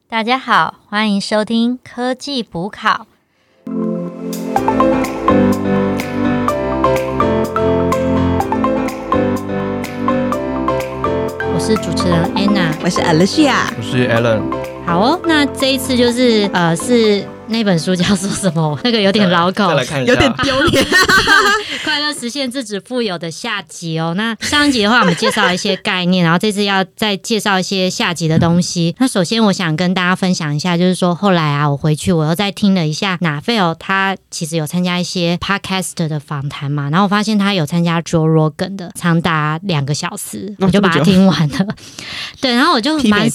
大家好，欢迎收听科技补考。我是主持人 Anna， 我是 Alicia， 我是 Alan。 好哦，那这一次就是是那本书叫做什么？那个有点老口， 再来看一下， 有点丢脸。 快乐实现自主富有的下集哦。那上一集的话，我们介绍一些概念，然后这次要再介绍一些下集的东西。那首先我想跟大家分享一下，就是说后来啊，我回去我又再听了一下Navel，他其实有参加一些 podcast 的访谈嘛，然后我发现他有参加 Joe Rogan 的，长达2个小时，我就把它听完了。对，然后我就我蛮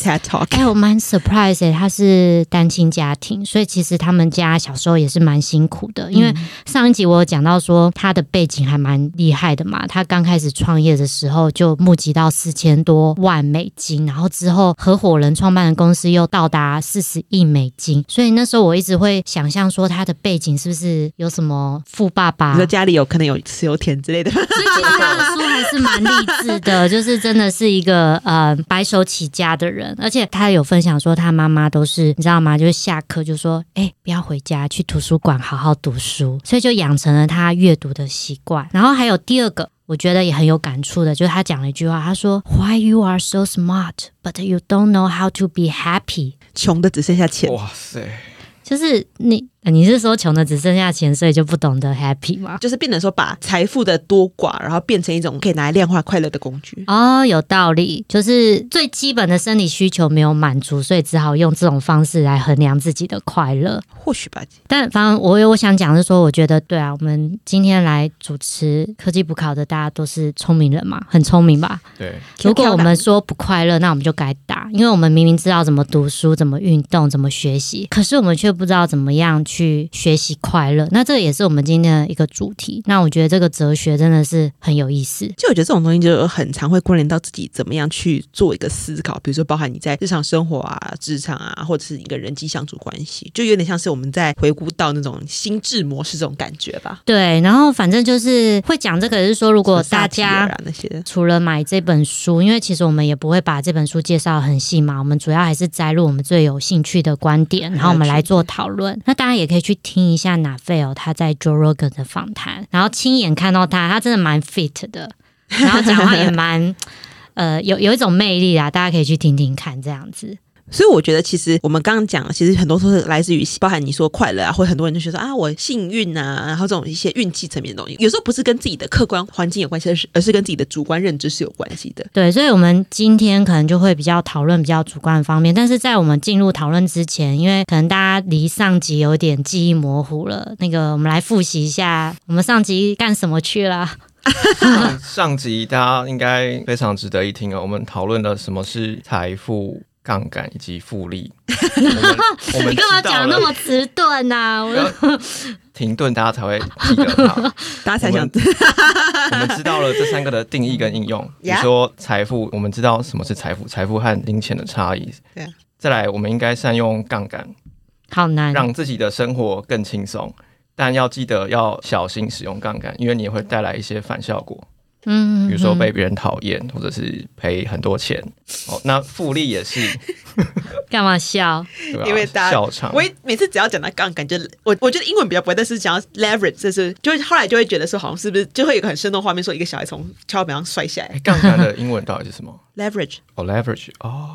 surprise，他是单亲家庭，所以其实他们家小时候也是蛮辛苦的。因为上一集我有讲到说他的背景还蛮厉害的嘛，他刚开始创业的时候就募集到4000多万美金，然后之后合伙人创办的公司又到达40亿美金，所以那时候我一直会想象说他的背景是不是有什么富爸爸， 你说家里有可能有持有田之类的。 所以其实他的书还是蛮励志的，就是真的是一个白手起家的人。而且他有分享说他妈妈都是你知道吗，就是下课就说不要回家，去图书馆好好读书，所以就养成了他阅读的习惯。然后还有第二个我觉得也很有感触的，就是他讲了一句话，他说 Why you are so smart but you don't know how to be happy， 穷的只剩下钱。 哇塞， 就是你是说穷的只剩下钱，所以就不懂得 happy 吗？ 就是变成说把财富的多寡，然后变成一种可以拿来量化快乐的工具。 哦，有道理，就是最基本的生理需求没有满足，所以只好用这种方式来衡量自己的快乐。 或许吧。 但反正我想讲的是说，我觉得对啊，我们今天来主持科技补考的大家都是聪明人嘛，很聪明吧？ 对。 如果我们说不快乐，那我们就该打，因为我们明明知道怎么读书、怎么运动、怎么学习，可是我们却不知道怎么样去学习快乐。那这也是我们今天的一个主题。那我觉得这个哲学真的是很有意思。 就我觉得这种东西就很常会关联到自己怎么样去做一个思考，比如说包含你在日常生活啊、职场啊，或者是一个人际相处关系，就有点像是我们在回顾到那种心智模式这种感觉吧。 对，然后反正就是会讲这个是说，如果大家除了买这本书，因为其实我们也不会把这本书介绍很细嘛，我们主要还是摘录我们最有兴趣的观点，然后我们来做讨论。那大家也可以去听一下Navel他在 Joe Rogan 的访谈，然后亲眼看到他真的蛮 fit 的，然后讲话也蛮有一种魅力啦，大家可以去听听看这样子。 所以我觉得其实我们刚刚讲其实很多都是来自于包含你说快乐啊，或者很多人就觉得啊我幸运啊，然后这种一些运气层面的东西，有时候不是跟自己的客观环境有关系，而是跟自己的主观认知是有关系的。 对，所以我们今天可能就会比较讨论比较主观的方面，但是在我们进入讨论之前，因为可能大家离上集有点记忆模糊了，我们来复习一下我们上集干什么去了。 上集大家应该非常值得一听哦，我们讨论了什么是财富、杠杆以及复利。我们你干嘛讲那么迟钝啊？ 停顿大家才会记得它， 大家才想我们知道了这3个的定义跟应用。比如说财富，我们知道什么是财富，财富和金钱的差异。 对。 再来，我们应该善用杠杆， 好难， 让自己的生活更轻松。但要记得要小心使用杠杆，因为你会带来一些反效果。比如说被别人讨厌，或者是赔很多钱。那复利也是。 干嘛笑？ 对， 因为大家笑场。 我每次只要讲到杠杆，就我觉得英文比较不会，但是讲到 leverage， 就后来就会觉得说，好像是不是就会有个很生动画面，说一个小孩从跷跷板上摔下来。 杠杆的英文到底是什么 ？leverage。 leverage。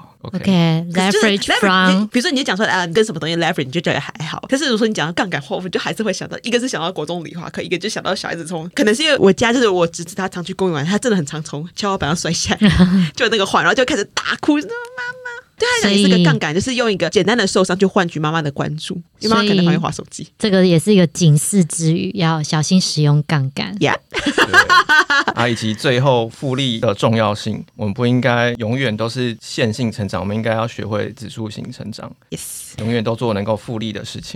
OK，leverage from。 比如说你就讲说你跟什么东西 leverage， 你就觉得还好。可是如果说你讲到杠杆后，就还是会想到，一个是想到国中理化课，一个就想到小孩子可能是因为我家就是我侄子他常去公园玩，他真的很常从跷跷板上摔下来，就那个环，然后就开始大哭，说妈妈。对他来讲也是个杠杆，就是用一个简单的受伤就换取妈妈的关注，因为妈妈可能旁边滑手机。 这个也是一个警示之语，要小心使用杠杆。 以及最后复利的重要性，我们不应该永远都是线性成长，我们应该要学会指数型成长。 Yes， 永远都做能够复利的事情。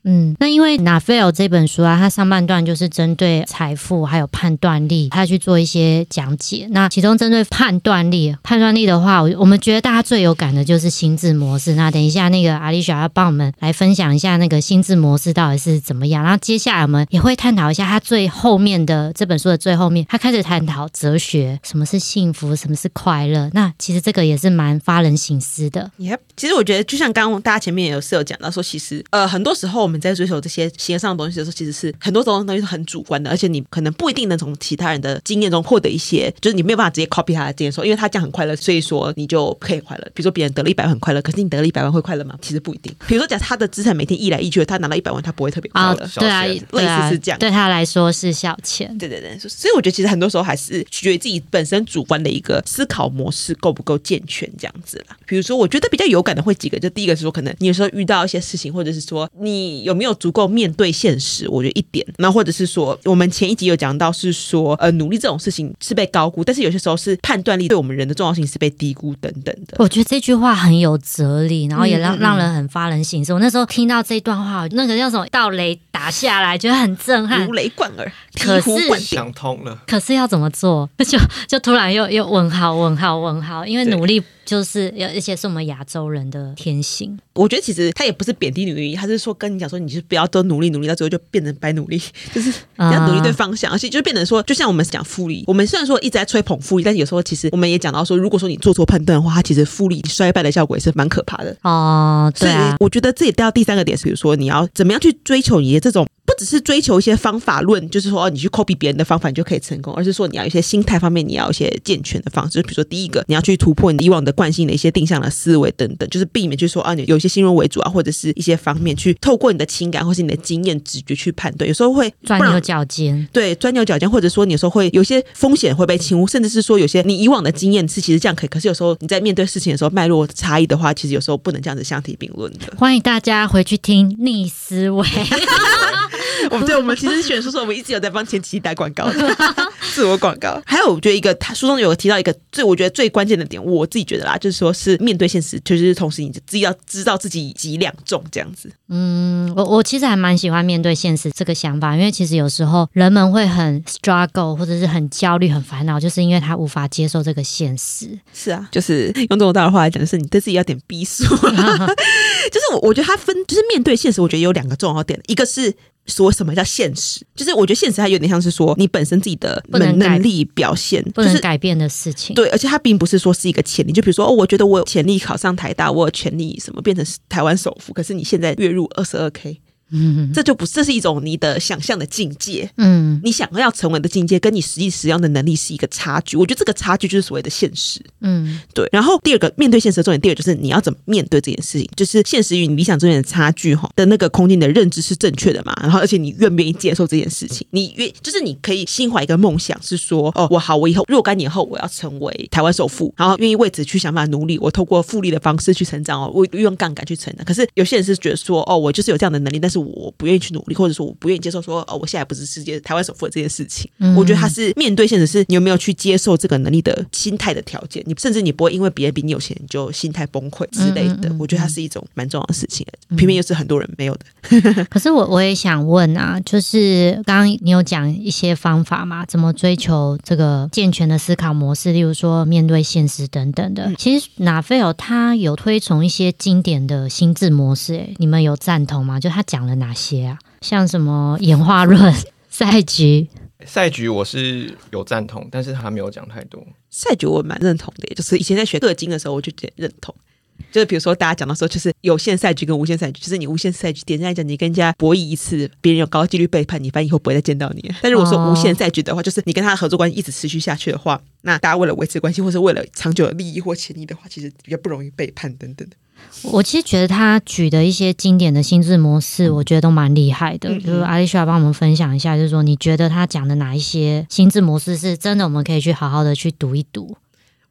那因为纳菲尔这本书啊，它上半段就是针对财富还有判断力，他去做一些讲解。那其中针对判断力的话，我们觉得大家最有感的就是心智模式。那等一下那个阿丽莎要帮我们来分享一下那个心智模式到底是怎么样。然后接下来我们也会探讨一下他最后面的这本书的最后面，他开始探讨哲学，什么是幸福，什么是快乐。那其实这个也是蛮发人省思的。 其实我觉得就像刚刚大家前面也有讲到说，其实很多时候我们在追求这些形而上的东西的时候，其实是很多东西是很主观的，而且你可能不一定能从其他人的经验中获得一些，就是你没有办法直接 copy 他的经验说因为他这样很快乐所以说你就可以快乐。比如说别人得了100万很快乐，可是你得了100万会快乐吗？其实不一定。比如说假设他的资产每天溢来溢去，他拿到100万他不会特别快乐。 对啊， 类似是这样， 对他来说是小钱。 对，所以我觉得其实很多时候还是取决于自己本身主观的一个思考模式够不够健全这样子啦。比如说我觉得比较有感的会几个，就第一个是说可能你有时候遇到一些事情，或者是说你有没有足够面对现实，我觉得一点。那或者是说我们前一集有讲到是说努力这种事情是被高估，但是有些时候是判断力对我们人的重要性是被低估等等的。 我觉得这句话很有哲理，然后也让人很发人省思。我那时候听到这段话，那个叫什么盗雷打下来，觉得很震撼， 如雷贯耳， 可是想通了， 可是要怎么做？就突然又问号，因为努力就是而且是我们亚洲人的天性。 我觉得其实他也不是贬低努力，他是说跟你讲说，你就不要多努力，到最后就变成白努力，就是你要努力对方向，而且就变成说，就像我们讲复利，我们虽然说一直在吹捧复利，但是有时候其实我们也讲到说，如果说你做错判断的话，它其实复利衰败的效果也是蛮可怕的。对啊，所以我觉得这也带到第3个点，是比如说你要怎么样去追求你的这种。不只是追求一些方法论，就是说你去 copy 别人的方法你就可以成功，而是说你要有一些心态方面，你要有一些健全的方式。比如说第一个，你要去突破你以往的惯性的一些定向的思维等等，就是避免去说你有一些先入为主啊，或者是一些方面去透过你的情感或是你的经验直觉去判断，有时候会钻牛角尖。 对，钻牛角尖，或者说你有时候会有些风险会被轻忽，甚至是说有些你以往的经验是其实这样可以，可是有时候你在面对事情的时候脉络差异的话，其实有时候不能这样子相提并论的。 欢迎大家回去听逆思维。 我们其实选书说我们一直有在帮前几期打广告的自我广告。还有我觉得一个他书中有提到一个我觉得最关键的点，我自己觉得啦，就是说是面对现实，就是同时你自己要知道自己几两重这样子。 我其实还蛮喜欢面对现实这个想法，因为其实有时候人们会很 struggle 或者是很焦虑很烦恼，就是因为他无法接受这个现实。 是啊，就是用这种大的话来讲，就是你对自己要点逼数。就是我觉得他分就是面对现实，我觉得有2个重要点，一个是说什么叫现实，就是我觉得现实它有点像是说你本身自己的能力表现不能改变的事情。 对，而且它并不是说是一个潜力，就比如说我觉得我有潜力考上台大，我有潜力什么变成台湾首富，可是你现在月入22K。这是一种你的想象的境界。你想要成为的境界跟你实际使用的能力是一个差距，我觉得这个差距就是所谓的现实。对。然后第2个面对现实的重点，第2就是你要怎么面对这件事情，就是现实与你理想中间的差距的那个空间的认知是正确的嘛，然后而且你愿不愿意接受这件事情，就是你可以心怀一个梦想，是说我以后若干年后我要成为台湾首富，然后愿意为此去想办法努力，我透过复利的方式去成长我用杠杆去成长。可是有些人是觉得说我就是有这样的能力，但是我不愿意去努力，或者说我不愿意接受说我现在不是世界台湾首富的这件事情。我觉得他是面对现实，是你有没有去接受这个能力的心态的条件，你甚至你不会因为别人比你有钱你就心态崩溃之类的。我觉得它是一种蛮重要的事情，偏偏又是很多人没有的。 可是我也想问啊，就是刚刚你有讲一些方法嘛，怎么追求这个健全的思考模式，例如说面对现实等等的。其实纳菲尔他有推崇一些经典的心智模式，你们有赞同吗？就他讲了哪些啊？像什么演化论、赛局我是有赞同，但是他没有讲太多。 赛局我蛮认同的，就是以前在学个经的时候我就认同，就是比如说大家讲的时候，就是有限赛局跟无限赛局，就是你无限赛局简单来讲，你跟人家博弈一次，别人有高几率背叛你，反正以后不会再见到你。但如果说无限赛局的话，就是你跟他的合作关系一直持续下去的话，那大家为了维持关系或是为了长久的利益或潜力的话，其实比较不容易背叛等等的。 我其实觉得他举的一些经典的心智模式，我觉得都蛮厉害的。就是阿丽莎帮我们分享一下，就是说你觉得他讲的哪一些心智模式是真的我们可以去好好的去读一读？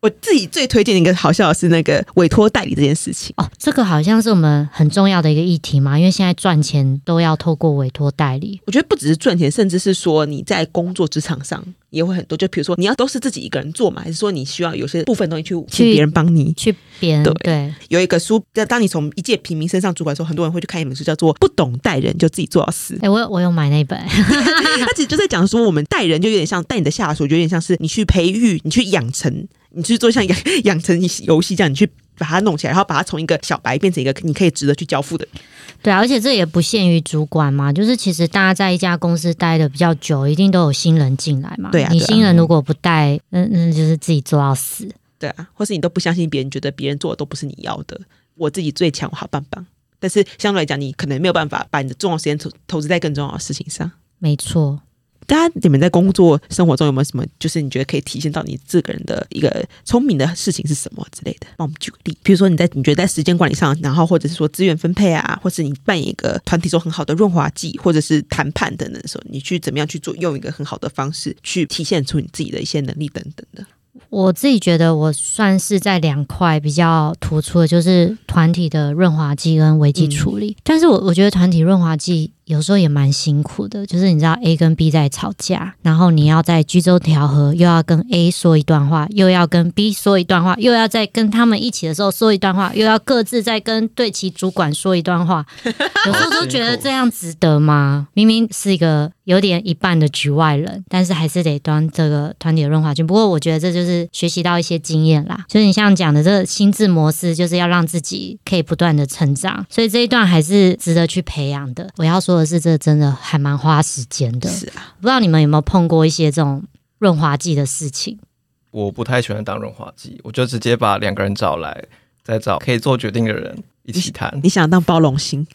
我自己最推荐的一个好笑的是那个委托代理这件事情哦，这个好像是我们很重要的一个议题嘛，因为现在赚钱都要透过委托代理。 我觉得不只是赚钱，甚至是说你在工作职场上也会很多，就比如说你要都是自己一个人做嘛，还是说你需要有些部分东西去请别人帮你， 去别人 对。 有一个书，当你从一介平民升上主管的时候，很多人会去看一本书，叫做《不懂带人就自己做到死》。 我有买那本， 他其实就在讲说，我们带人就有点像带你的下属，就有点像是你去培育，你去养成。你去做像养成游戏这样，你去把它弄起来，然后把它从一个小白变成一个你可以值得去交付的人。 对啊，而且这也不限于主管嘛，就是其实大家在一家公司待的比较久，一定都有新人进来嘛。 对啊， 你新人如果不带，那就是自己做到死。 对啊，或是你都不相信别人，觉得别人做的都不是你要的，我自己最强，我好棒棒。但是相对来讲，你可能没有办法把你的重要时间投资在更重要的事情上。 没错。 大家你们在工作生活中有没有什么就是你觉得可以体现到你这个人的一个聪明的事情是什么之类的？帮我们举个例，比如说你觉得在时间管理上，然后或者是说资源分配啊，或是你扮演一个团体中很好的润滑剂，或者是谈判等等的时候，你去怎么样去做，用一个很好的方式去体现出你自己的一些能力等等的。 我自己觉得我算是在2块比较突出的，就是团体的润滑剂跟危机处理。但是我觉得团体润滑剂有时候也蛮辛苦的，就是你知道 A 跟 B 在吵架，然后你要在居中调和，又要跟 A 说一段话，又要跟 B 说一段话，又要在跟他们一起的时候说一段话，又要各自再跟对其主管说一段话。有时候都觉得这样值得吗？明明是一个有点一半的局外人，但是还是得端这个团体的润滑剂。不过我觉得这就是学习到一些经验啦，就是你像讲的这个心智模式，就是要让自己可以不断的成长，所以这一段还是值得去培养的。我要说的是，这真的还蛮花时间的。 是啊， 不知道你们有没有碰过一些这种润滑剂的事情？ 我不太喜欢当润滑剂，我就直接把2个人找来，再找可以做决定的人一起谈。 你想当包容心？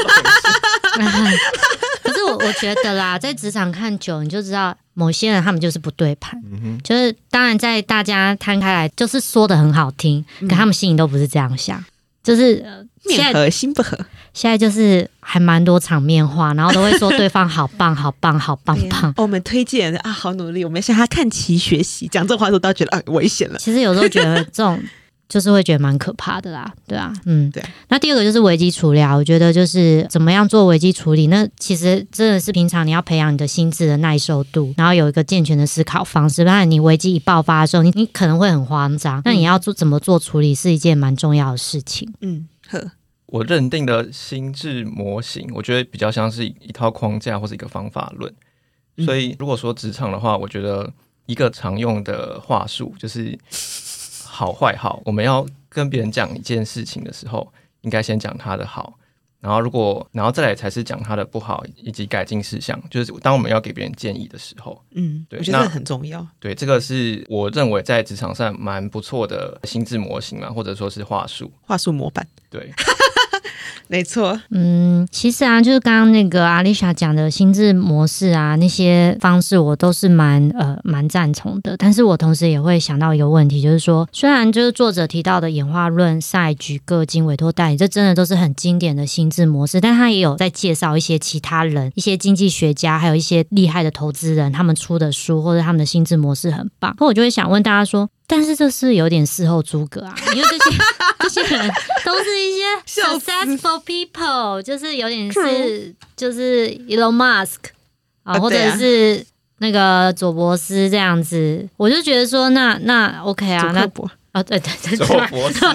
可是我觉得啦，在职场看久，你就知道某些人他们就是不对盘，就是当然在大家摊开来，就是说的很好听，可他们心里都不是这样想，就是面和心不合。 现在就是还蛮多场面话，然后都会说对方好棒好棒好棒棒。 我们推荐啊，好努力，我们要向他看齐学习。讲这话的时候，都觉得危险了。 其实有时候觉得这种就是会觉得蛮可怕的啦，对啊， 对。 那第二个就是危机处理啊，我觉得就是怎么样做危机处理，那其实真的是平常你要培养你的心智的耐受度，然后有一个健全的思考方式，不然你危机一爆发的时候，你可能会很慌张，那你要怎么做处理是一件蛮重要的事情。 我认定的心智模型，我觉得比较像是一套框架或是一个方法论。所以如果说职场的话，我觉得一个常用的话术就是好坏好。我们要跟别人讲一件事情的时候，应该先讲他的好，然后再来才是讲他的不好以及改进事项。就是当我们要给别人建议的时候， 对，我觉得这很重要。 对，这个是我认为在职场上蛮不错的心智模型嘛，或者说是话术模板。 对。 没错， 其实啊，就是刚刚那个阿丽莎讲的心智模式啊，那些方式我都是蛮赞同的。但是我同时也会想到一个问题，就是说，虽然就是作者提到的演化论、赛局、个经、委托代理，这真的都是很经典的心智模式，但他也有在介绍一些其他人、一些经济学家，还有一些厉害的投资人，他们出的书或者他们的心智模式很棒。我就会想问大家说，但是这是有点事后诸葛啊，因为这些人都是一些 successful people， 就是有点是就是 Elon Musk 啊，或者是那个佐伯斯这样子，我就觉得说那 OK 啊，那对， 佐伯斯，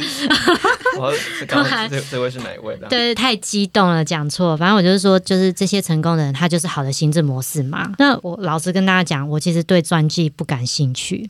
这位是哪一位的？ 对，太激动了，讲错。反正我就是说，就是这些成功的人，他就是好的心智模式嘛。那我老实跟大家讲，我其实对传记不感兴趣。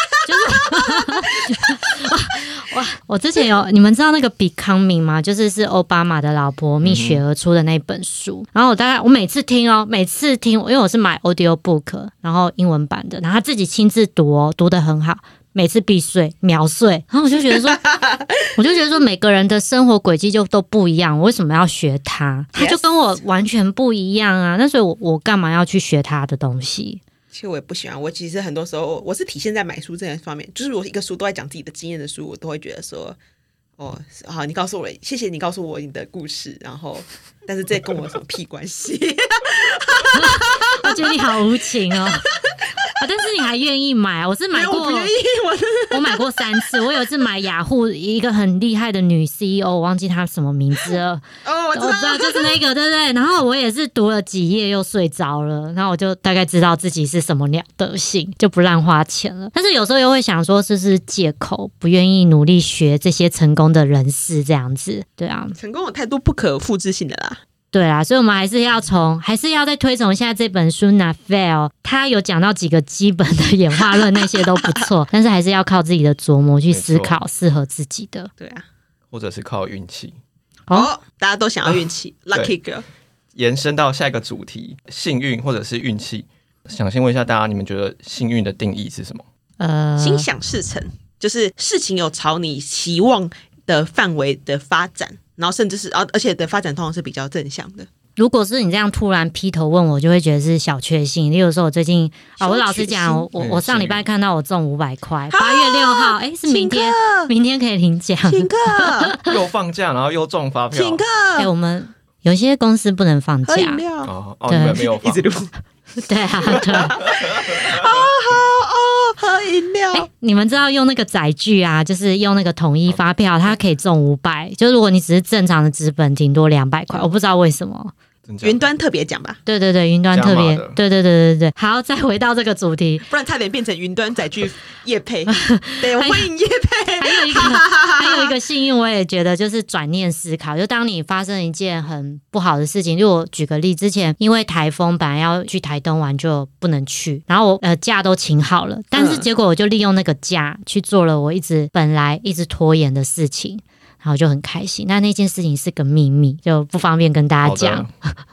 我之前有，你们知道那个 Becoming 吗？就是奥巴马的老婆蜜雪儿出的那本书。然后我每次听，因为我是买 audio book， 然后英文版的，然后他自己亲自读读得很好。每次必睡秒睡，然后我就觉得说每个人的生活轨迹就都不一样，我为什么要学他？他就跟我完全不一样啊！那所以我干嘛要去学他的东西？ 其实我也不喜欢。我其实很多时候我是体现在买书这方面，就是我一个书都在讲自己的经验的书，我都会觉得说，好，你告诉我，谢谢你告诉我你的故事，然后但是这跟我有什么屁关系？ 我觉得你好无情哦。 但是你还愿意买？我是买过， 我不愿意， 我买过3次。我有一次买雅虎一个很厉害的女 CEO， 我忘记她什么名字了。 哦，我知道， 就是那个，对不对？然后我也是读了几页又睡着了，然后我就大概知道自己是什么德性，就不乱花钱了。但是有时候又会想说，这是借口，不愿意努力学这些成功的人士这样子，对啊， 成功的态度不可复制性的啦。 对啦，所以我们还是要再推崇一下这本书 Naval， 他有讲到几个基本的演化论，那些都不错，但是还是要靠自己的琢磨去思考适合自己的。 对啊， 或者是靠运气。 大家都想要运气，Lucky Girl。 延伸到下一个主题，幸运或者是运气。想先问一下大家，你们觉得幸运的定义是什么？ 心想事成，就是事情有朝你期望的范围的发展。然后甚至是而且的发展通常是比较正向的。 如果是你这样突然劈头问我，就会觉得是小确幸。例如说，我最近我老实讲，我上礼拜看到我中500块，8月6号，是明天可以领奖， 请客又放假，然后又中发票， 请客。 我们有些公司不能放假， 喝饮料你们没有放， 一直录， 对啊，对。 喝饮料。 你们知道用那个载具啊，就是用那个统一发票，它可以中500。就如果你只是正常的纸本，顶多200块，我不知道为什么。 云端特别奖吧， 对对对，云端特别，对。好，再回到这个主题， 不然差点变成云端载具业配。对，我欢迎业配。 还有一个幸运，我也觉得就是转念思考。就当你发生一件很不好的事情，就我举个例，之前因为台风本来要去台东玩就不能去，然后我假都请好了，但是结果我就利用那个假去做了我本来一直拖延的事情。然后就很开心，那件事情是个秘密，就不方便跟大家讲。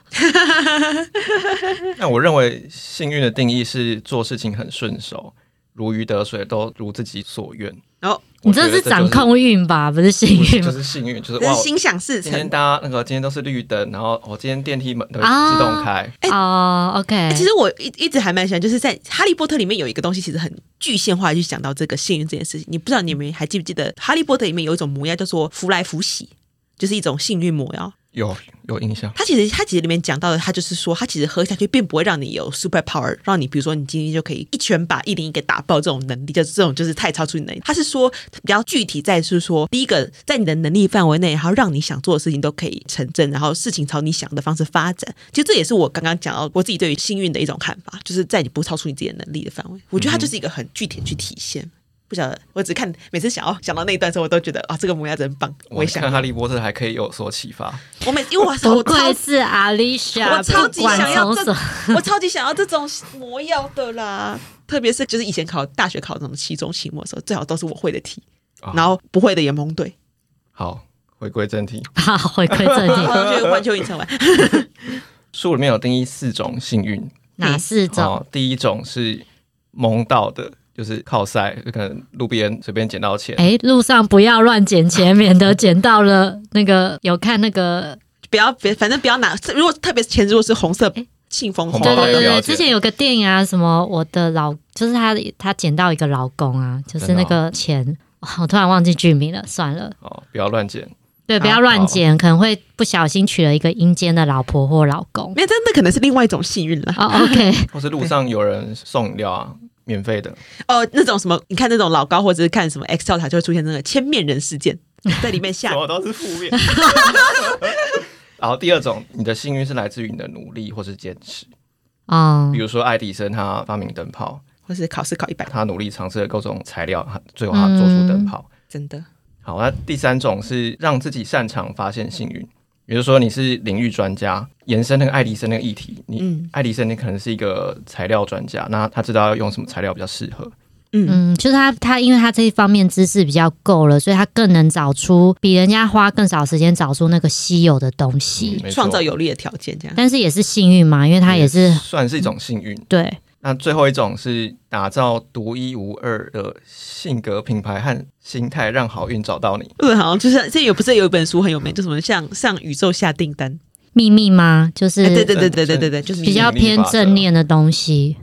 那我认为幸运的定义是做事情很顺手，如鱼得水，都如自己所愿。 你这是掌控运吧，不是幸运？ 就是幸运，就是哇，心想事成。 今天大家今天都是绿灯，然后今天电梯门都会自动开。 OK。 其实我一直还蛮喜欢，就是在《哈利波特》里面有一个东西，其实很具象化去讲到这个幸运这件事情。你不知道你们还记不记得《哈利波特》里面有一种魔药叫做福来福喜，就是一种幸运魔药。 有印象。 他其实里面讲到的，他就是说，他其实喝下去并不会让你有 super power， 让你比如说你今天就可以一拳把101给打爆这种能力，就是这种就是太超出你能力。他是说比较具体在是说，第一个在你的能力范围内，然后让你想做的事情都可以成真，然后事情朝你想的方式发展。其实这也是我刚刚讲到我自己对于幸运的一种看法，就是在你不超出你自己的能力的范围，我觉得它就是一个很具体的去体现。不晓得，我只看每次想到那一段的时候，我都觉得这个模样真棒。 我看《哈利波特》还可以有所启发。 因为我不愧是阿丽莎， 我超级想要这种魔药的啦。特别是就是以前大学考那种期中、期末的时候，最好都是我会的题，然后不会的也蒙对。 好，回归正题。 好，回归正题。 环球影城玩。 书里面有定义4种幸运， 哪4种？ 第一种是蒙到的。就是靠塞，就可能路边随便捡到钱。 路上不要乱捡钱，免得捡到了那个有看那个， 反正不要拿。如果特别是钱，如果是红色信封， 对，之前有个电影啊，什么我的就是他捡到一个老公啊，就是那个钱，我突然忘记剧名了，算了。 不要乱捡。 对，不要乱捡，可能会不小心娶了一个阴间的老婆或老公。 没有，真的可能是另外一种幸运了。 OK。 或是路上有人送饮料啊。免费的那种什么，你看那种老高或者是看什么 X 调查，就会出现那个千面人事件，在里面下什么都是负面。然后第二种，你的幸运是来自于你的努力或是坚持。比如说爱迪生他发明灯泡， 或是考试考100， 他努力尝试了各种材料，最后他做出灯泡。 真的好。那第3种是让自己擅长发现幸运。比如说你是领域专家，延伸那个爱迪生那个议题，爱迪生你可能是一个材料专家，那他知道要用什么材料比较适合。 就是他因为他这一方面知识比较够了，所以他更能找出比人家花更少时间找出那个稀有的东西， 创造有利的条件这样。 但是也是幸运嘛，因为他也是算是一种幸运。 对。 那最后一种是打造独一无二的性格品牌和心态，让好运找到你。 好像就是这也不是有一本书很有名，就什么向宇宙下订单秘密吗？就是对，就是比较偏正念的东西。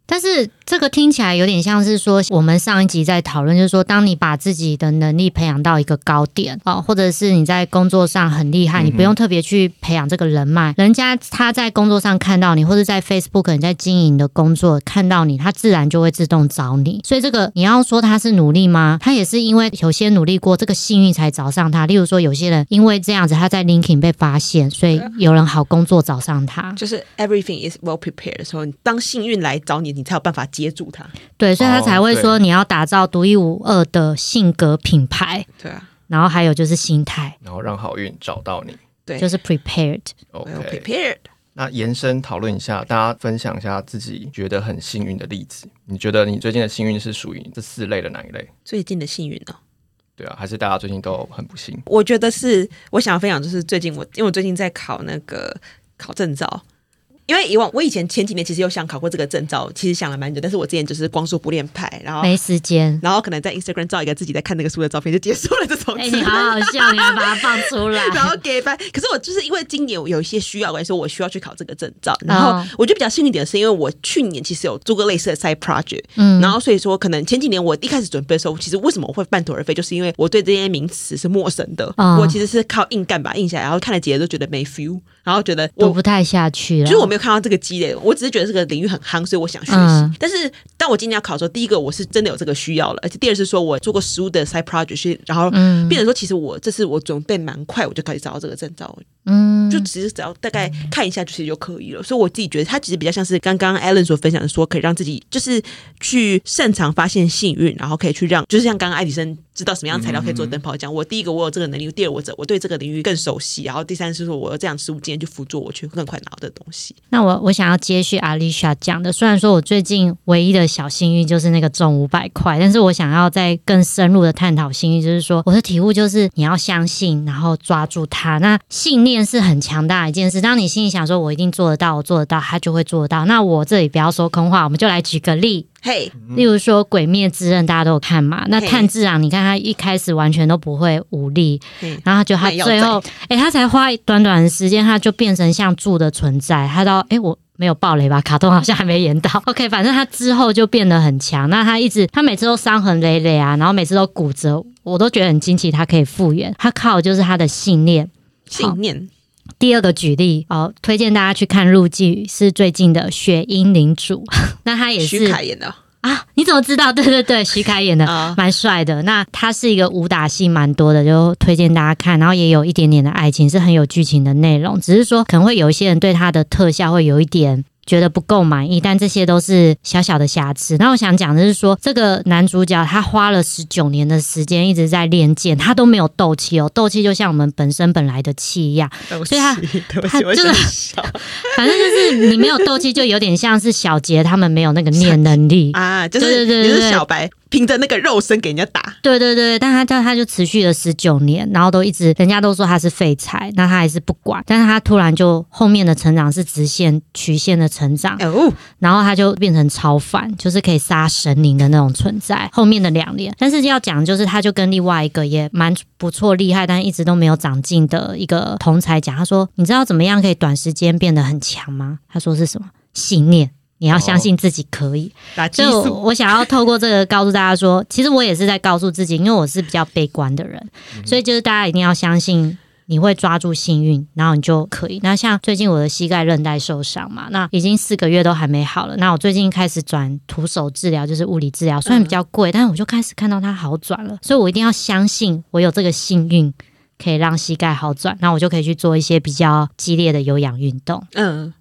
但是这个听起来有点像是说，我们上一集在讨论，就是说，当你把自己的能力培养到一个高点或者是你在工作上很厉害，你不用特别去培养这个人脉，人家他在工作上看到你，或者在 Facebook 你在经营的工作看到你，他自然就会自动找你。所以这个你要说他是努力吗？他也是因为有些努力过，这个幸运才找上他。例如说，有些人因为这样子，他在 LinkedIn 被发现，所以有人好工作找上他。 就是 everything is well prepared 的时候，当幸运来找你，你才有办法接住它。 对，所以他才会说你要打造独一无二的性格品牌。 对啊， 然后还有就是心态， 然后让好运找到你。 对， 就是 prepared。 well prepared。 那延伸讨论一下，大家分享一下自己觉得很幸运的例子。你觉得你最近的幸运是属于这4类的哪一类？ 最近的幸运哦， 对啊，还是大家最近都很不幸？ 我觉得是我想要分享，就是最近因为我最近在考那个考证照。因为我以前前几年其实有想考过这个证照，其实想了蛮久，但是我之前就是光说不练派，然后没时间， 然后可能在 Instagram 照一个自己在看那个书的照片就结束了这种。 你好好笑，你还把它放出来， 然后给班。可是我就是因为今年有一些需要关系，我需要去考这个证照，然后我觉得比较幸运一点是因为我去年其实有做过类似的 side project，然后所以说可能前几年我一开始准备的时候，其实为什么我会半途而废，就是因为我对这些名词是陌生的，我其实是靠硬干把它硬下来，然后看了几页都觉得没 feel， 然后觉得我读不太下去了， 就是我没有看到这个积累。我只是觉得这个领域很夯，所以我想学习。但是当我今年要考的时候，第一个我是真的有这个需要了，而且第二是说我做过实务的 side project， 然后变成说其实这次我准备蛮快，我就开始找到这个证照。就其实只要大概看一下其实就可以了。所以我自己觉得它其实比较像是刚刚 Alan 所分享的，说可以让自己就是去擅长发现幸运，然后可以去让就是像刚刚爱迪生知道什么样的材料可以做灯泡讲，我第一个我有这个能力，第二我对这个领域更熟悉，然后第三是说我有这样实务经验去辅助我去更快拿到的东西。 那我想要接续 Alicia 讲的，虽然说我最近唯一的小幸运就是那个中500块，但是我想要再更深入的探讨幸运，就是说我的体悟就是你要相信，然后抓住它。那信念是很强大的一件事，当你心里想说我一定做得到，我做得到，他就会做得到。那我这里不要说空话，我们就来举个例。例如说鬼灭之刃大家都有看嘛，那炭治郎你看他一开始完全都不会武力，然后他最后他才花短短的时间他就变成像柱的存在，他到我没有爆雷吧，卡通好像还没演到OK， 反正他之后就变得很强。那他每次都伤痕累累啊，然后每次都骨折，我都觉得很惊奇他可以复原，他靠的就是他的信念。第二个举例推荐大家去看陆剧，是最近的雪鹰领主那他也是徐凯演的你怎么知道？对对对，徐凯演的蛮帅的。那他是一个武打戏蛮多的，就推荐大家看，然后也有一点点的爱情，是很有剧情的内容，只是说可能会有一些人对他的特效会有一点觉得不够满意，但这些都是小小的瑕疵。那我想讲的是说，这个男主角他花了19年的时间一直在练剑，他都没有斗气斗气就像我们本来的气一样，所以他就是反正就是你没有斗气，就有点像是小杰他们没有那个念能力就是你是小白凭着那个肉身给人家打， 对对对，但他就持续了19年，然后都一直人家都说他是废材，那他还是不管，但是他突然就后面的成长是直线曲线的成长，然后他就变成超凡，就是可以杀神灵的那种存在。后面的2年，但是要讲就是他就跟另外一个也蛮不错厉害，但一直都没有长进的一个同才讲，他说你知道怎么样可以短时间变得很强吗？他说是什么？信念。你要相信自己可以，所以我想要透过这个告诉大家说，其实我也是在告诉自己，因为我是比较悲观的人，所以就是大家一定要相信你会抓住幸运，然后你就可以。那像最近我的膝盖韧带受伤嘛，那已经4个月都还没好了，那我最近开始转徒手治疗，就是物理治疗，虽然比较贵，但是我就开始看到它好转了，所以我一定要相信我有这个幸运可以让膝盖好转，那我就可以去做一些比较激烈的有氧运动。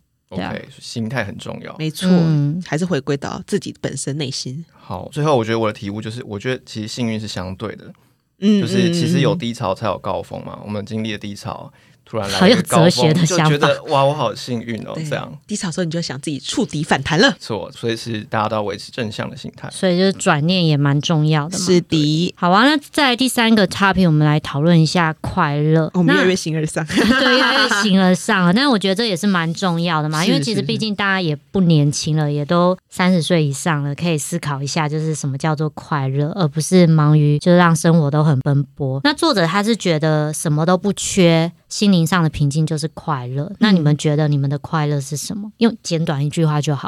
OK， 心态很重要， 没错，还是回归到自己本身内心。 好，最后我觉得我的体悟就是，我觉得其实幸运是相对的，就是其实有低潮才有高峰嘛。我们经历了低潮，突然来了一个高峰， 好有哲学的想法， 就觉得哇，我好幸运哦，这样。 低潮的时候你就想自己触底反弹了， 错，所以是大家都要维持正向的心态， 所以就是转念也蛮重要的嘛。 是的。 好啊，那再来第3个 topic， 我们来讨论一下快乐。 我们越来越形而上， 对，越来越形而上了。但是我觉得这也是蛮重要的嘛，因为其实毕竟大家也不年轻了，也都30岁以上了，可以思考一下，就是什么叫做快乐，而不是忙于就是让生活都很奔波。那作者他是觉得什么都不缺，心灵上的平静就是快乐。那你们觉得你们的快乐是什么？用简短一句话就好了。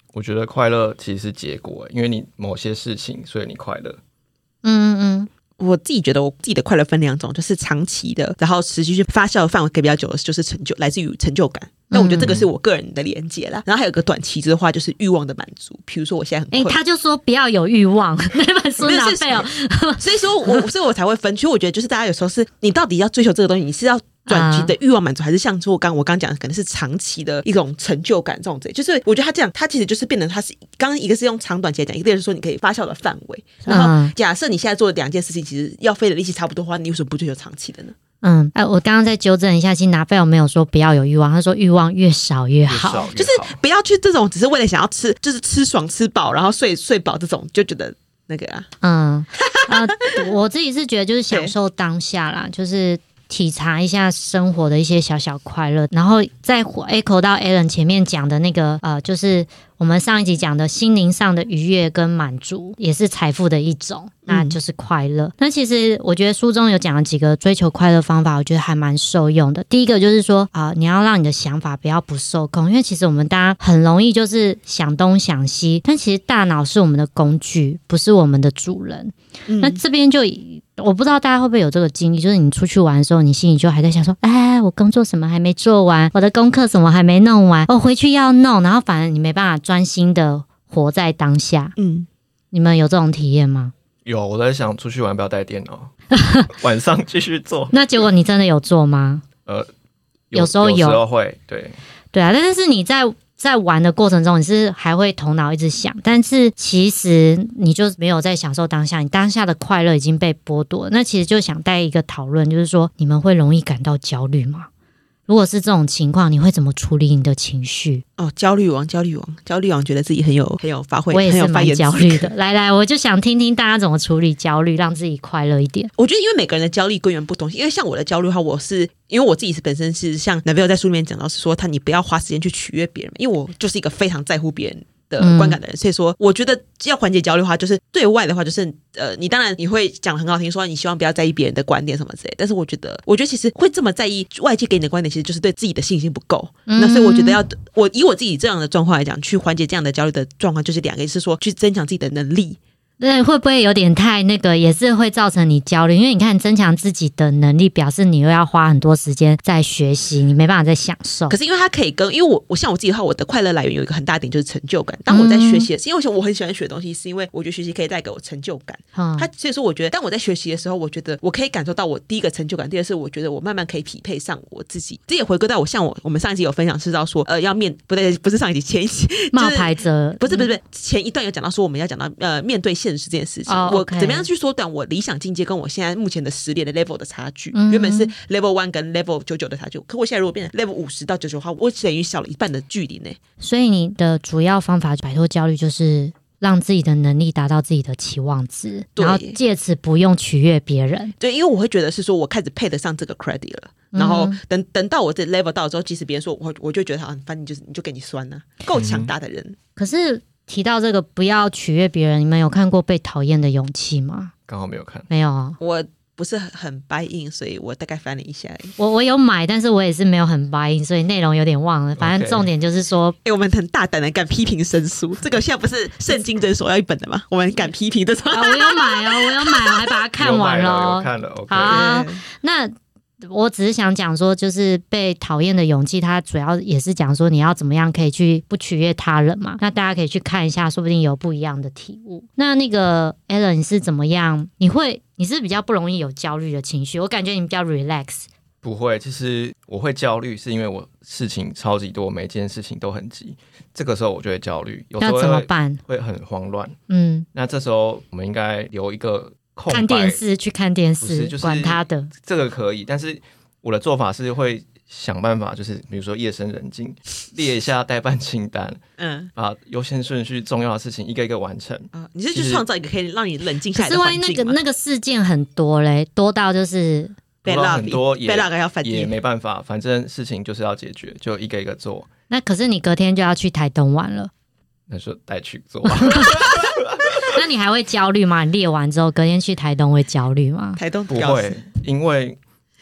我觉得快乐其实是结果，因为你某些事情，所以你快乐。 我自己觉得我自己的快乐分2种，就是长期的，然后持续去发酵的范围可以比较久的，就是来自于成就感。那我觉得这个是我个人的连结啦。然后还有个短期的话，就是欲望的满足。比如说我现在很困， 他就说不要有欲望，那本书拿背哦。 所以我才会分。其实我觉得就是大家有时候是你到底要追求这个东西，你是要短期的欲望满足，还是像说我刚讲的，可能是长期的一种成就感，这种就是我觉得他这样，他其实就是变成他是刚刚一个是用长短期来讲，一个是说你可以发酵的范围。然后假设你现在做的2件事情，其实要费的力气差不多的话，你为什么不追求长期的呢？ 我刚刚再纠正一下，其实拿贝尔没有说不要有欲望，他说欲望越少越好， 就是不要去这种只是为了想要吃，就是吃爽吃饱，然后睡饱这种，就觉得那个我自己是觉得就是享受当下啦，就是体察一下生活的一些小小快乐，然后再 echo 到 Alan 前面讲的那个就是我们上一集讲的心灵上的愉悦跟满足，也是财富的一种，那就是快乐。那其实我觉得书中有讲了几个追求快乐方法，我觉得还蛮受用的。第一个就是说你要让你的想法不要不受控，因为其实我们大家很容易就是想东想西，但其实大脑是我们的工具，不是我们的主人。那这边就我不知道大家会不会有这个经历，就是你出去玩的时候，你心里就还在想说，我工作什么还没做完，我的功课什么还没弄完，我回去要弄，然后反而你没办法专心的活在当下。你们有这种体验吗？ 有，我在想出去玩不要带电脑，晚上继续做。 那结果你真的有做吗？有时候会， 对啊，但是你在玩的过程中，你是还会头脑一直想，但是其实你就没有在享受当下，你当下的快乐已经被剥夺了。那其实就想带一个讨论，就是说你们会容易感到焦虑吗？如果是这种情况，你会怎么处理你的情绪？ 焦虑王觉得自己很有发挥， 我也是蛮焦虑的。 很有发言资格。 来，我就想听听大家怎么处理焦虑，让自己快乐一点。 我觉得因为每个人的焦虑根源不同，因为像我的焦虑的话，我是因为我自己是本身是像 Neville 在书里面讲到是说你不要花时间去取悦别人，因为我就是一个非常在乎别人的观感的人，所以说我觉得要缓解焦虑的话，就是对外的话，就是你当然你会讲得很好听，说你希望不要在意别人的观点什么之类，但是我觉得其实会这么在意外界给你的观点，其实就是对自己的信心不够。那所以我觉得以我自己这样的状况来讲，去缓解这样的焦虑的状况，就是2个，是说去增强自己的能力。 对，会不会有点太那个，也是会造成你焦虑？因为你看，增强自己的能力，表示你又要花很多时间在学习，你没办法再享受。 可是因为它可以因为我像我自己的话，我的快乐来源有一个很大点就是成就感。当我在学习，因为我很喜欢学东西，是因为我觉得学习可以带给我成就感。所以说我觉得当我在学习的时候，我觉得我可以感受到我第一个成就感，第二是我觉得我慢慢可以匹配上我自己。这也回归到我们上一集有分享是到说要不是上一集，前一集冒牌者， 不是前一段有讲到说我们要讲到面对现实这件事情。我怎么样去缩短我理想境界跟我现在目前的实力的 level 的差距？原本是 level 1跟 level 99的差距，可我现在如果变成 level 50到99的话，我等于小了一半的距离呢。 所以你的主要方法摆脱焦虑就是让自己的能力达到自己的期望值，然后借此不用取悦别人。 对，因为我会觉得是说我开始配得上这个 credit 了，然后等到我这 level 到之后，即使别人说我就觉得反正你就给你酸啊，够强大的人。 可是提到这个不要取悦别人，你们有看过《被讨厌的勇气》吗？ 刚好没有看。 没有啊， 我不是很 buy in， 所以我大概翻了一下。 我有买，但是我也是没有很 buy in， 所以内容有点忘了。反正重点就是说， 我们很大胆的敢批评神书，这个现在不是圣经诊所要一本的吗？我们敢批评的。 我有买哦，我还把它看完了。 有看了 OK。 好，那我只是想讲说，就是被讨厌的勇气，它主要也是讲说你要怎么样可以去不取悦他人嘛。那大家可以去看一下，说不定有不一样的体悟。那个 Alan 你是怎么样？你是比较不容易有焦虑的情绪？我感觉你比较 relax。 不会，其实我会焦虑，是因为我事情超级多，每件事情都很急，这个时候我就会焦虑，有时候那怎么办？ 会很慌乱。 那这时候我们应该留一个空白， 看电视，去看电视， 就是管他的。 这个可以，但是我的做法是会想办法，就是比如说夜深人静，列一下待办清单，把优先顺序重要的事情一个一个完成。 你是去创造一个可以让你冷静下来的环境吗？ 可是万一那个事件很多嘞，多到就是被很多也要反也没办法，反正事情就是要解决，就一个一个做。 那可是你隔天就要去台东玩了， 那就带去做。 那你还会焦虑吗？你列完之后隔天去台东会焦虑吗？ 台东不会，因为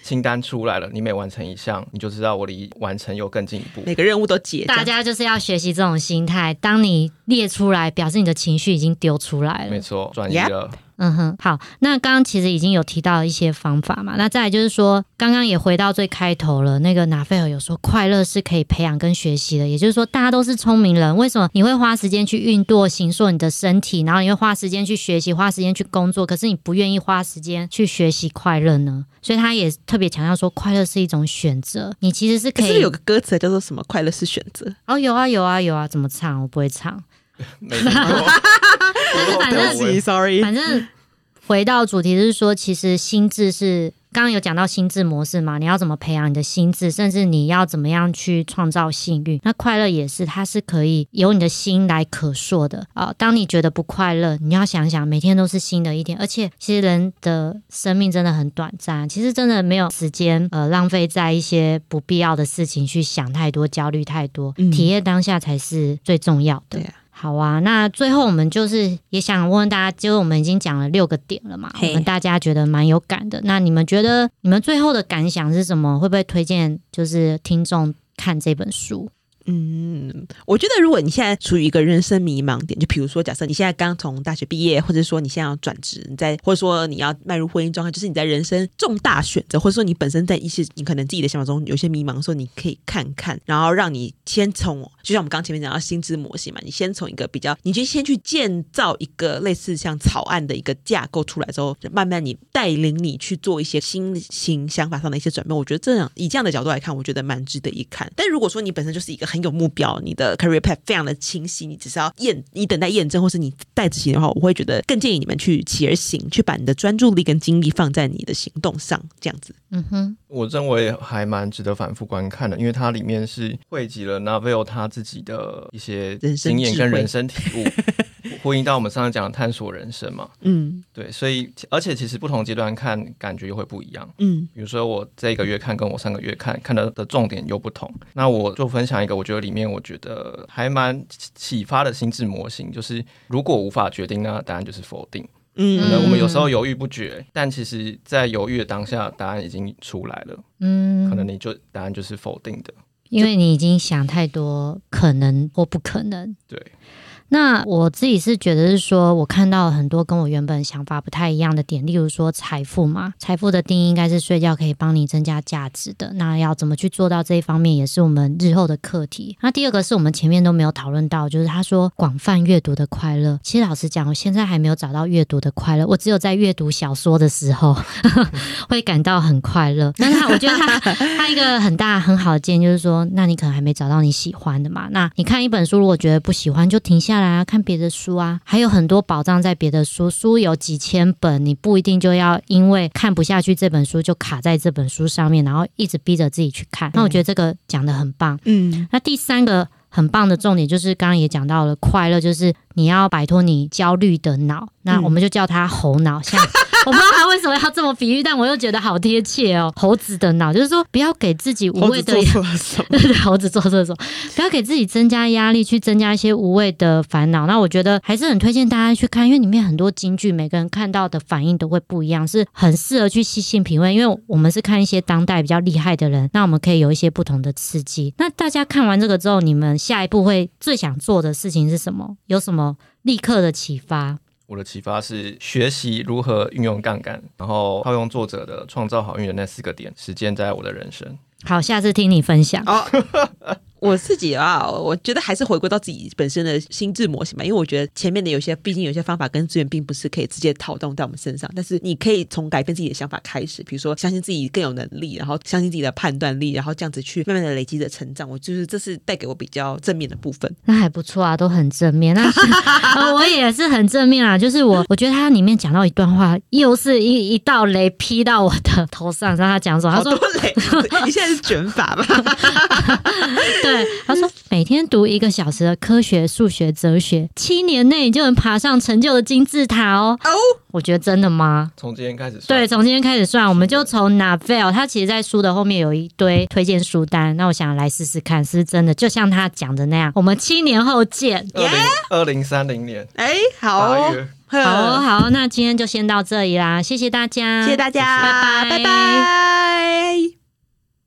清单出来了，你每完成一项，你就知道我离完成又更进一步。 每个任务都解， 大家就是要学习这种心态。当你列出来，表示你的情绪已经丢出来了。 没错，转移了。 好，那刚刚其实已经有提到一些方法嘛，那再来就是说，刚刚也回到最开头了，那个纳菲尔有说快乐是可以培养跟学习的，也就是说大家都是聪明人，为什么你会花时间去运动形塑你的身体，然后你会花时间去学习，花时间去工作，可是你不愿意花时间去学习快乐呢？所以他也特别强调说快乐是一种选择，你其实是可以。 是有个歌词叫做什么快乐是选择哦，有啊，怎么唱？我不会唱。 没听过。 但是反正回到主题是说，其实心智是刚刚有讲到心智模式嘛，你要怎么培养你的心智，甚至你要怎么样去创造幸运。那快乐也是，它是可以由你的心来可塑的当你觉得不快乐，你要想想每天都是新的一天，而且其实人的生命真的很短暂，其实真的没有时间浪费在一些不必要的事情去想太多，焦虑太多，体验当下才是最重要的。对好啊，那最后我们就是也想问问大家，就是我们已经讲了6个点了嘛，我们大家觉得蛮有感的。那你们觉得你们最后的感想是什么？会不会推荐就是听众看这本书？ 我觉得如果你现在处于一个人生迷茫点，就比如说假设你现在刚从大学毕业，或者说你现在要转职，或者说你要迈入婚姻状态，就是你在人生重大选择，或者说你本身在一些你可能自己的想法中有些迷茫的时候，你可以看看，然后让你先从就像我们刚前面讲到心智模型嘛，你先从一个比较，你就先去建造一个类似像草案的一个架构出来之后，慢慢你带领你去做一些新型想法上的一些转变。我觉得以这样的角度来看，我觉得蛮值得一看。但如果说你本身就是一个很有目标，你的 career path 非常的清晰，你只是要你等待验证，或是你待执行的话，我会觉得更建议你们去起而行，去把你的专注力跟精力放在你的行动上，这样子。 我认为还蛮值得反复观看的，因为它里面是汇集了 Naval 他自己的一些经验跟人生体悟，呼应到我们上次讲的探索人生嘛。对，所以而且其实不同阶段看感觉又会不一样。比如说我这1个月看跟我3个月看的重点又不同。那我就分享一个我觉得里面我觉得还蛮启发的心智模型，就是如果无法决定，那答案就是否定。可能我们有时候犹豫不决，但其实在犹豫的当下答案已经出来了。可能答案就是否定的， 因为你已经想太多可能或不可能。 对， 那我自己是觉得是说，我看到很多跟我原本想法不太一样的点，例如说财富嘛，财富的定义应该是睡觉可以帮你增加价值的，那要怎么去做到这一方面也是我们日后的课题。那第二个是我们前面都没有讨论到，就是他说广泛阅读的快乐。其实老实讲，我现在还没有找到阅读的快乐，我只有在阅读小说的时候会感到很快乐。但是我觉得他一个很大很好的建议就是说，那你可能还没找到你喜欢的嘛，那你看一本书如果觉得不喜欢就停下来看别的书啊，还有很多宝藏在别的书有几千本，你不一定就要因为看不下去这本书就卡在这本书上面，然后一直逼着自己去看。那我觉得这个讲得很棒。那第3个很棒的重点就是刚刚也讲到了，快乐就是你要摆脱你焦虑的脑，那我们就叫它猴脑。像我不知道他为什么要这么比喻，但我又觉得好贴切哦。猴子的脑就是说，不要给自己无谓的猴子做错什么，不要给自己增加压力，去增加一些无谓的烦恼。那我觉得还是很推荐大家去看，因为里面很多金句，每个人看到的反应都会不一样，是很适合去细细品味。因为我们是看一些当代比较厉害的人，那我们可以有一些不同的刺激。那大家看完这个之后，你们下一步会最想做的事情是什么？有什么立刻的启发？ 我的启发是学习如何运用杠杆，然后套用作者的创造好运的那4个点，实践在我的人生。 好，下次听你分享。 我自己我觉得还是回归到自己本身的心智模型吧，因为我觉得前面的毕竟有些方法跟资源并不是可以直接套用在我们身上，但是你可以从改变自己的想法开始，比如说相信自己更有能力，然后相信自己的判断力，然后这样子去慢慢的累积的成长。这是带给我比较正面的部分。 那还不错啊，都很正面。那我也是很正面啊，就是我觉得他里面讲到一段话，又是一道雷劈到我的头上。让他讲什么？他说：“ 你现在是卷发吧？” 对，他说每天读1个小时的科学、数学、哲学，7年内你就能爬上成就的金字塔哦。我觉得真的吗？ 从今天开始算。 对，从今天开始算，我们就从 Naval， 他其实在书的后面有一堆推荐书单，那我想来试试看是不是真的就像他讲的那样，我们7年后见。 2030年。 好哦。 好，那今天就先到这里啦，谢谢大家， 谢谢大家， 拜拜拜拜。